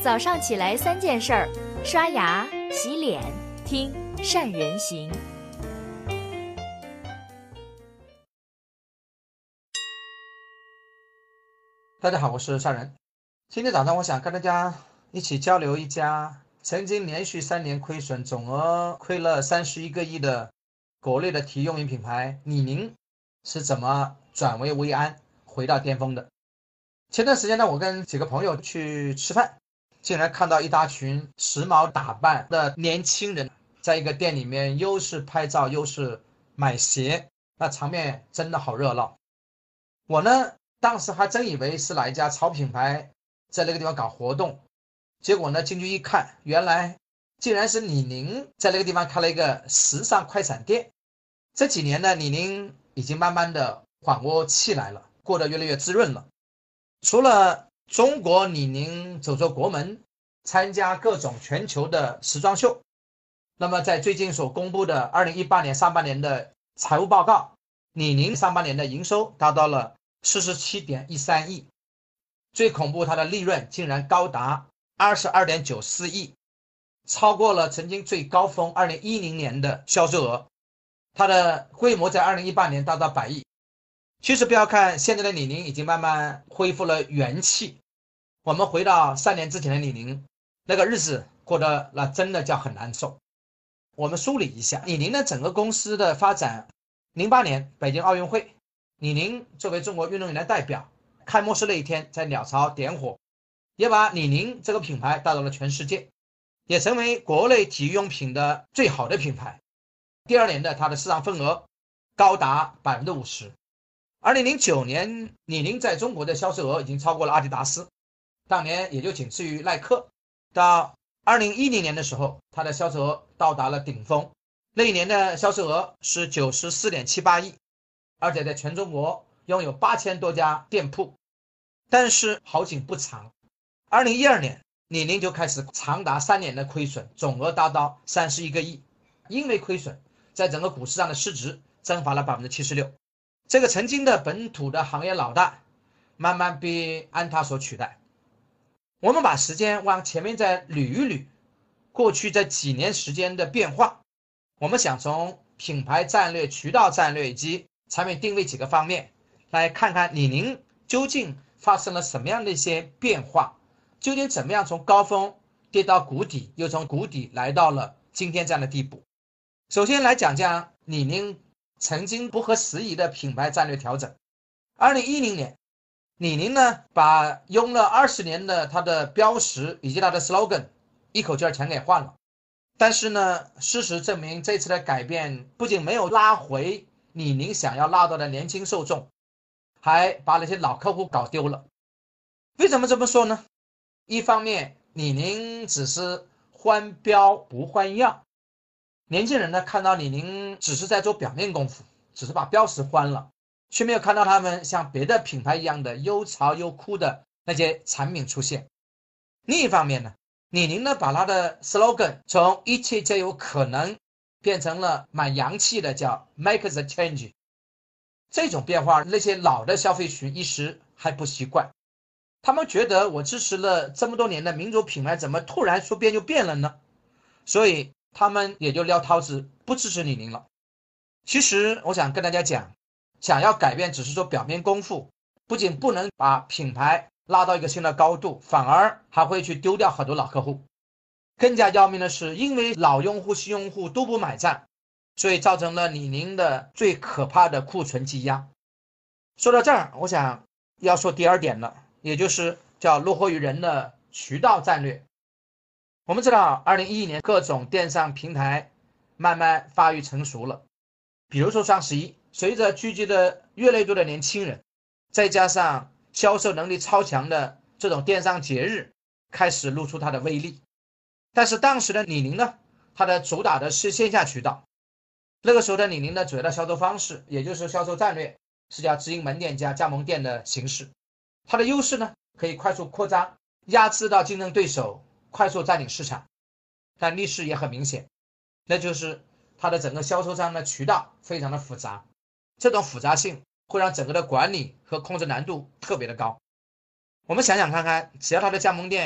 早上起来3件事儿：刷牙、洗脸、听善人行。 大家好，我是善人。今天早上我想跟大家一起交流一家曾经连续3年亏损，总额亏了31个亿的国内的体育用品品牌李宁是怎么转危为安，回到巅峰的。前段时间呢，我跟几个朋友去吃饭，竟然看到一大群时髦打扮的年轻人在一个店里面，又是拍照又是买鞋，那场面真的好热闹。我呢当时还真以为是哪一家潮品牌在那个地方搞活动，结果呢进去一看，原来竟然是李宁在那个地方开了一个时尚快闪店。这几年呢，李宁已经慢慢的缓过气来了，过得越来越滋润了。除了中国李宁走出国门，参加各种全球的时装秀，那么在最近所公布的2018年上半年的财务报告，李宁上半年的营收达到了47.13亿，最恐怖，它的利润竟然高达22.94亿，超过了曾经最高峰2010年的销售额，它的规模在2018年达到100亿。其实不要看现在的李宁已经慢慢恢复了元气，我们回到3年之前的李宁，那个日子过得那真的叫很难受。我们梳理一下李宁的整个公司的发展。08年北京奥运会，李宁作为中国运动员的代表，开幕式那一天在鸟巢点火，也把李宁这个品牌带到了全世界，也成为国内体育用品的最好的品牌。第2年的它的市场份额高达 50%。2009年李宁在中国的销售额已经超过了阿迪达斯，当年也就仅次于耐克。到2010年的时候，它的销售额到达了顶峰，那一年的销售额是 94.78亿，而且在全中国拥有8000多家店铺。但是好景不长，2012年李宁就开始长达3年的亏损，总额达到31个亿。因为亏损，在整个股市上的市值蒸发了 76%。这个曾经的本土的行业老大慢慢被安踏所取代。我们把时间往前面再捋一捋过去这几年时间的变化，我们想从品牌战略、渠道战略以及产品定位几个方面来看看李宁究竟发生了什么样的一些变化，究竟怎么样从高峰跌到谷底，又从谷底来到了今天这样的地步。首先来讲讲李宁曾经不合时宜的品牌战略调整。2010年李宁呢把用了20年的它的标识以及它的 slogan 一口气全给换了。但是呢，事实证明这次的改变不仅没有拉回李宁想要拉到的年轻受众，还把那些老客户搞丢了。为什么这么说呢？一方面李宁只是换标不换样，年轻人呢看到李宁只是在做表面功夫，只是把标识换了，却没有看到他们像别的品牌一样的又潮又酷的那些产品出现。另一方面呢，李宁呢把他的 slogan 从一切皆有可能变成了蛮洋气的，叫 Make the Change。 这种变化那些老的消费群一时还不习惯，他们觉得我支持了这么多年的民族品牌，怎么突然说变就变了呢？所以他们也就撂套子不支持李宁了。其实我想跟大家讲，想要改变只是做表面功夫，不仅不能把品牌拉到一个新的高度，反而还会去丢掉很多老客户。更加要命的是，因为老用户新用户都不买账，所以造成了李宁的最可怕的库存积压。说到这儿，我想要说第2点了，也就是叫落后于人的渠道战略。我们知道2011年各种电商平台慢慢发育成熟了，比如说双11，随着聚集的越来越多的年轻人，再加上销售能力超强的这种电商节日开始露出它的威力。但是当时的李宁呢，它的主打的是线下渠道。那个时候的李宁的主要的销售方式，也就是销售战略，是叫直营门店加加盟店的形式。它的优势呢，可以快速扩张，压制到竞争对手，快速占领市场。但劣势也很明显，那就是它的整个销售商的渠道非常的复杂，这种复杂性会让整个的管理和控制难度特别的高。我们想想看看，只要它的加盟店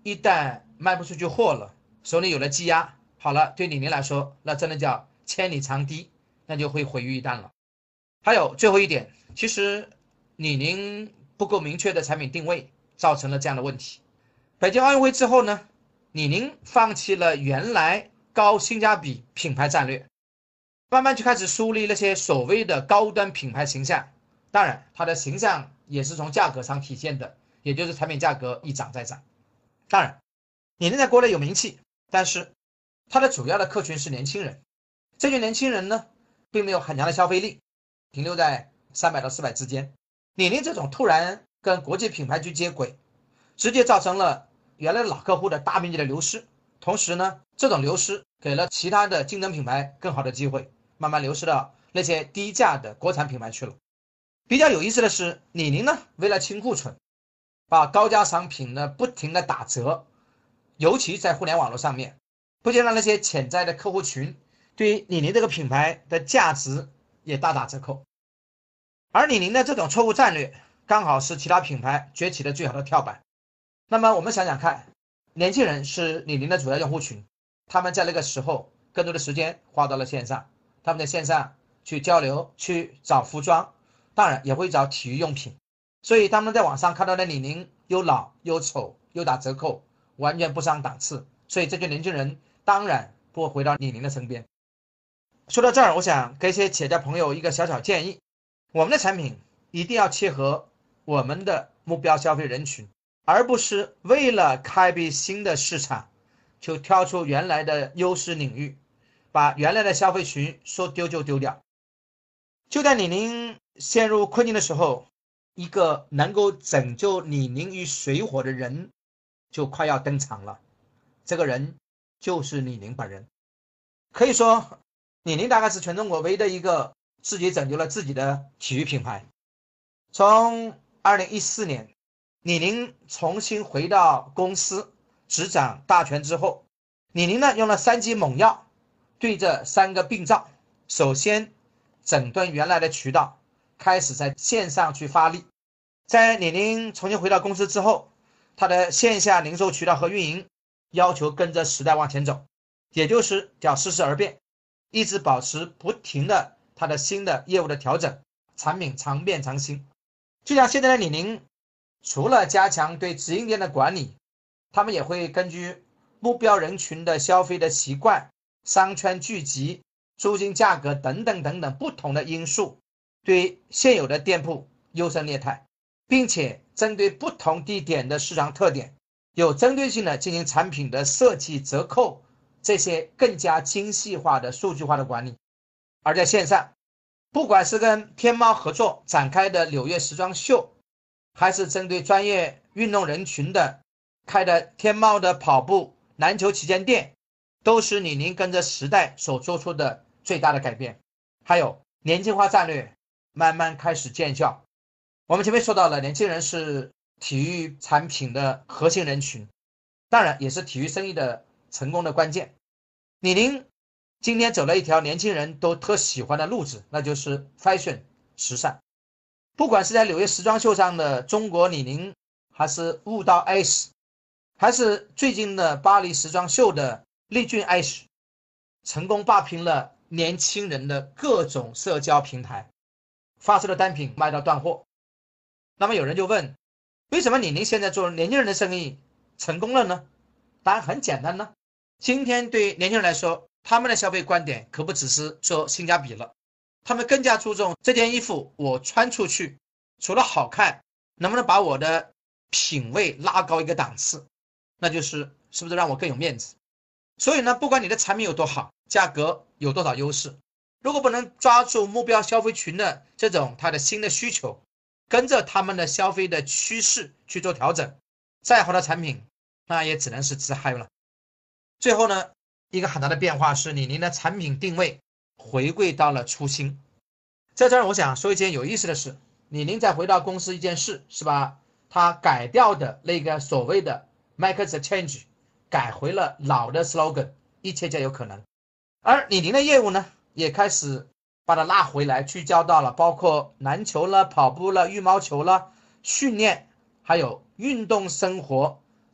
一旦卖不出去货了，手里有了积压，好了，对李宁来说，那真的叫千里长堤，那就会毁于一旦了。还有最后一点，其实李宁不够明确的产品定位，造成了这样的问题。北京奥运会之后呢，李宁放弃了原来高性价比品牌战略，慢慢就开始树立那些所谓的高端品牌形象。当然，它的形象也是从价格上体现的，也就是产品价格一涨再涨。当然，李宁在国内有名气，但是它的主要的客群是年轻人。这群年轻人呢，并没有很强的消费力，停留在300到400之间。李宁这种突然跟国际品牌去接轨，直接造成了原来老客户的大面积的流失。同时呢，这种流失给了其他的竞争品牌更好的机会，慢慢流失到那些低价的国产品牌去了。比较有意思的是，李宁呢，为了清库存，把高价商品呢不停的打折，尤其在互联网络上面，不仅让那些潜在的客户群对于李宁这个品牌的价值也大打折扣。而李宁的这种错误战略，刚好是其他品牌崛起的最好的跳板。那么我们想想看，年轻人是李宁的主要用户群，他们在那个时候更多的时间花到了线上，他们在线上去交流，去找服装，当然也会找体育用品，所以他们在网上看到的李宁又老又丑又打折扣，完全不上档次，所以这些年轻人当然不会回到李宁的身边。说到这儿，我想给一些企业家朋友一个小小建议，我们的产品一定要切合我们的目标消费人群，而不是为了开辟新的市场就挑出原来的优势领域，把原来的消费群说丢就丢掉。就在李宁陷入困境的时候，一个能够拯救李宁于水火的人就快要登场了，这个人就是李宁本人。可以说，李宁大概是全中国唯一的一个自己拯救了自己的体育品牌。从2014年李宁重新回到公司执掌大权之后，李宁呢用了3剂猛药，对这3个病灶，首先整顿原来的渠道，开始在线上去发力。在李宁重新回到公司之后，他的线下零售渠道和运营要求跟着时代往前走，也就是叫适时而变，一直保持不停的他的新的业务的调整，产品常变常新。就像现在的李宁，除了加强对直营店的管理，他们也会根据目标人群的消费的习惯、商圈聚集、租金价格等等等等不同的因素，对现有的店铺优胜劣汰，并且针对不同地点的市场特点，有针对性的进行产品的设计、折扣这些更加精细化的数据化的管理。而在线上，不管是跟天猫合作展开的纽约时装秀，还是针对专业运动人群的开的天猫的跑步、篮球旗舰店，都是李宁跟着时代所做出的最大的改变。还有年轻化战略慢慢开始见效。我们前面说到了，年轻人是体育产品的核心人群，当然也是体育生意的成功的关键。李宁今天走了一条年轻人都特喜欢的路子，那就是 fashion 时尚。不管是在纽约时装秀上的中国李宁，还是悟道 Ace， 还是最近的巴黎时装秀的丽俊 Ace， 成功霸屏了年轻人的各种社交平台，发售的单品卖到断货。那么有人就问，为什么李宁现在做年轻人的生意成功了呢？答案很简单呢，今天对年轻人来说，他们的消费观点可不只是说性价比了，他们更加注重这件衣服我穿出去，除了好看，能不能把我的品味拉高一个档次，那就是是不是让我更有面子。所以呢，不管你的产品有多好，价格有多少优势，如果不能抓住目标消费群的这种他的新的需求，跟着他们的消费的趋势去做调整，再好的产品那也只能是自嗨了。最后呢，一个很大的变化是李宁的产品定位回归到了初心。在这儿我想说一件有意思的事，李宁在回到公司一件事是把他改掉的那个所谓的 Make the Change 改回了老的 slogan， 一切皆有可能。而李宁的业务呢，也开始把它拉回来，聚焦到了包括篮球了、跑步了、羽毛球了、训练，还有运动生活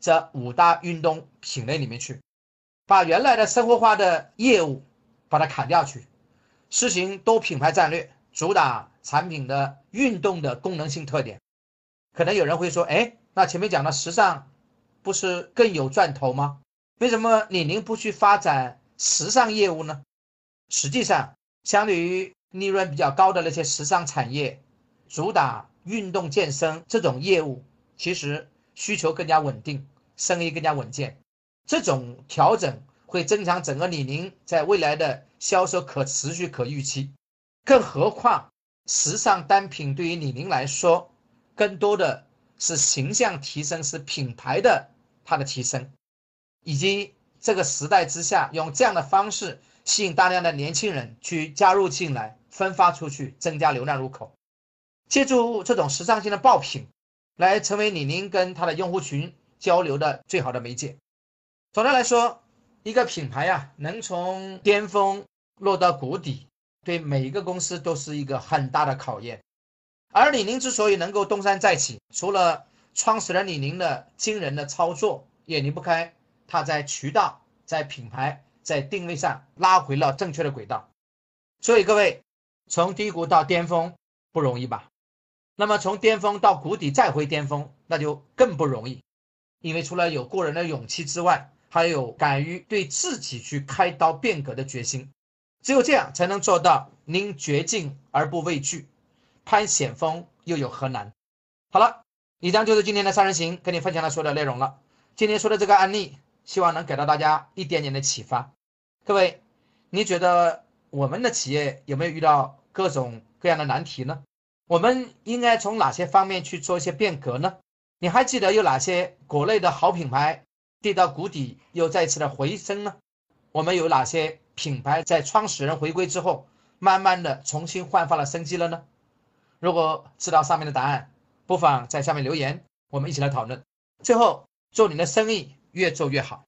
这5大运动品类里面去，把原来的生活化的业务把它砍掉去，实行多品牌战略，主打产品的运动的功能性特点。可能有人会说，那前面讲的时尚不是更有赚头吗？为什么李宁不去发展时尚业务呢？实际上，相对于利润比较高的那些时尚产业，主打运动健身这种业务，其实需求更加稳定，生意更加稳健。这种调整会增强整个李宁在未来的销售可持续可预期。更何况时尚单品对于李宁来说，更多的是形象提升，是品牌的它的提升，以及这个时代之下用这样的方式吸引大量的年轻人去加入进来，分发出去，增加流量入口，借助这种时尚性的爆品来成为李宁跟它的用户群交流的最好的媒介。总的来说，一个品牌能从巅峰落到谷底，对每一个公司都是一个很大的考验。而李宁之所以能够东山再起，除了创始人李宁的惊人的操作，也离不开他在渠道、在品牌、在定位上拉回了正确的轨道。所以各位，从低谷到巅峰不容易吧？那么从巅峰到谷底再回巅峰，那就更不容易。因为除了有过人的勇气之外，还有敢于对自己去开刀变革的决心。只有这样才能做到宁绝境而不畏惧，攀险峰又有何难？好了，以上就是今天的三人行跟你分享的所有的内容了。今天说的这个案例，希望能给到大家一点点的启发。各位，你觉得我们的企业有没有遇到各种各样的难题呢？我们应该从哪些方面去做一些变革呢？你还记得有哪些国内的好品牌跌到谷底又再次的回升呢？我们有哪些品牌在创始人回归之后，慢慢的重新焕发了生机了呢？如果知道上面的答案，不妨在下面留言，我们一起来讨论。最后，祝你的生意越做越好。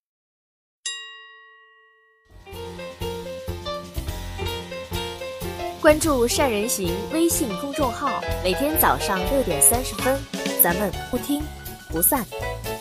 关注善人行微信公众号，每天早上6点30分，咱们不听不散。